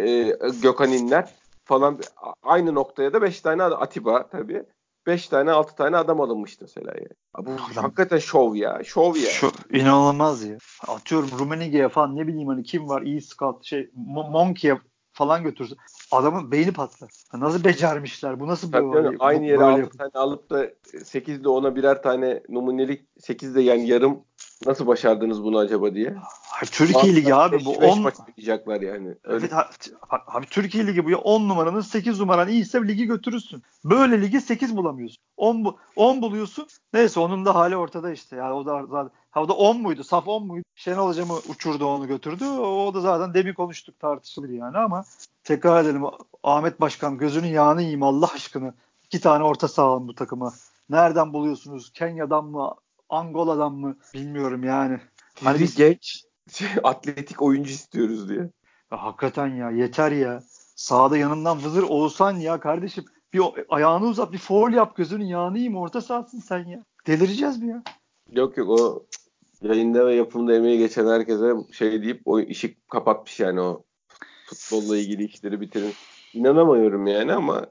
Gökhan İnler falan aynı noktaya da 5 tane Atiba tabii. 5 tane 6 tane adam alınmıştı mesela yani. Bu adam hakikaten şov ya. Şov yani. şu inanılmaz ya. Atıyorum Rummenigge'ye falan ne bileyim hani kim var iyi scout Monkey'e falan götürsün. Adamın beyni patlar. Ha, nasıl becermişler? Bu nasıl Tabii canım, aynı yere böyle 6 yapın? tane alıp da 8 ile ona birer tane numunelik, 8 de yani yarım, nasıl başardınız bunu acaba diye. Hayır, Türkiye Ligi Bazıları abi bu 5 10 maç oynayacaklar yani. Öyle. evet abi Türkiye Ligi bu ya 10 numaranın 8 numaran iyiyse ligi götürürsün. Böyle ligi 8 bulamıyorsun. 10 buluyorsun. Neyse onun da hali ortada işte. Yani o da zaten o da 10 muydu? Saf 10 muydu? Şenol Hoca mı uçurdu onu götürdü? O da zaten demin konuştuk tartışılır yani ama tekrar edelim Ahmet Başkan gözünün yağını yiyeyim Allah aşkına. 2 tane orta saha alın bu takıma. Nereden buluyorsunuz? Kenya'dan mı? Angola'dan mı? Bilmiyorum yani. Hani Sizi biz genç atletik oyuncu istiyoruz diye. ya hakikaten ya yeter ya. Sağda yanından vızır Oğuzhan ya kardeşim. Bir ayağını uzat bir foul yap gözünün yağını yiyeyim orta sahasın sen ya. Delireceğiz mi ya? Yok yok, o yayında ve yapımda emeği geçen herkese şey deyip o işi kapatmış yani, o futbolla ilgili işleri bitirin. İnanamıyorum yani ama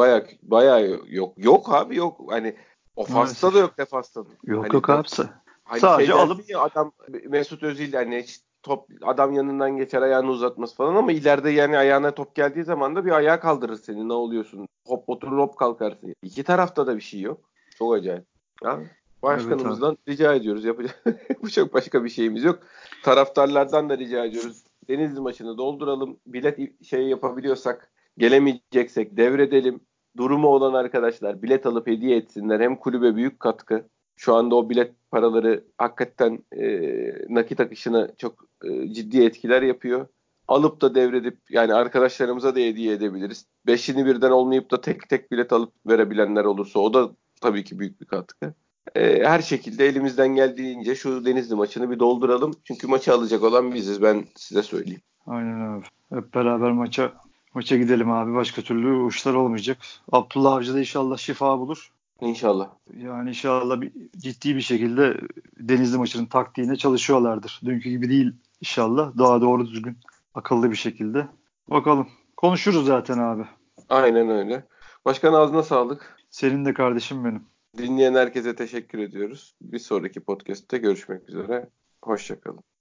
baya yok. Yok abi, yok. Hani ofansta da Maalesef. yok, defansta da. Yok Hani yok abi. hani şey Sadece dersin alıp ya, adam Mesut Özil hani hiç top adam yanından geçer ayağını uzatması falan, ama ileride yani ayağına top geldiği zaman da bir ayağa kaldırır seni. Ne oluyorsun? Hop oturur hop kalkarsın. İki tarafta da bir şey yok. Çok acayip. Ya, evet abi. başkanımızdan rica ediyoruz. Yapacak bu, çok başka bir şeyimiz yok. Taraftarlardan da rica ediyoruz. Denizli maçını dolduralım. Bilet şey yapabiliyorsak, gelemeyeceksek devredelim. Durumu olan arkadaşlar bilet alıp hediye etsinler. Hem kulübe büyük katkı. Şu anda o bilet paraları hakikaten nakit akışına çok ciddi etkiler yapıyor. Alıp da devredip yani arkadaşlarımıza da hediye edebiliriz. Beşini birden olmayıp da tek tek bilet alıp verebilenler olursa o da tabii ki büyük bir katkı. Her şekilde elimizden geldiğince şu Denizli maçını bir dolduralım. Çünkü maçı alacak olan biziz, ben size söyleyeyim. Aynen abi. Hep beraber maça gidelim abi. Başka türlü uçlar olmayacak. Abdullah Avcı da inşallah şifa bulur. İnşallah. Yani inşallah ciddi bir şekilde Denizli maçının taktiğine çalışıyorlardır. Dünkü gibi değil inşallah. Daha doğru düzgün, akıllı bir şekilde. Bakalım. Konuşuruz zaten abi. Aynen öyle. Başkan, ağzına sağlık. Senin de kardeşim benim. Dinleyen herkese teşekkür ediyoruz. Bir sonraki podcast'te görüşmek üzere. Hoşça kalın.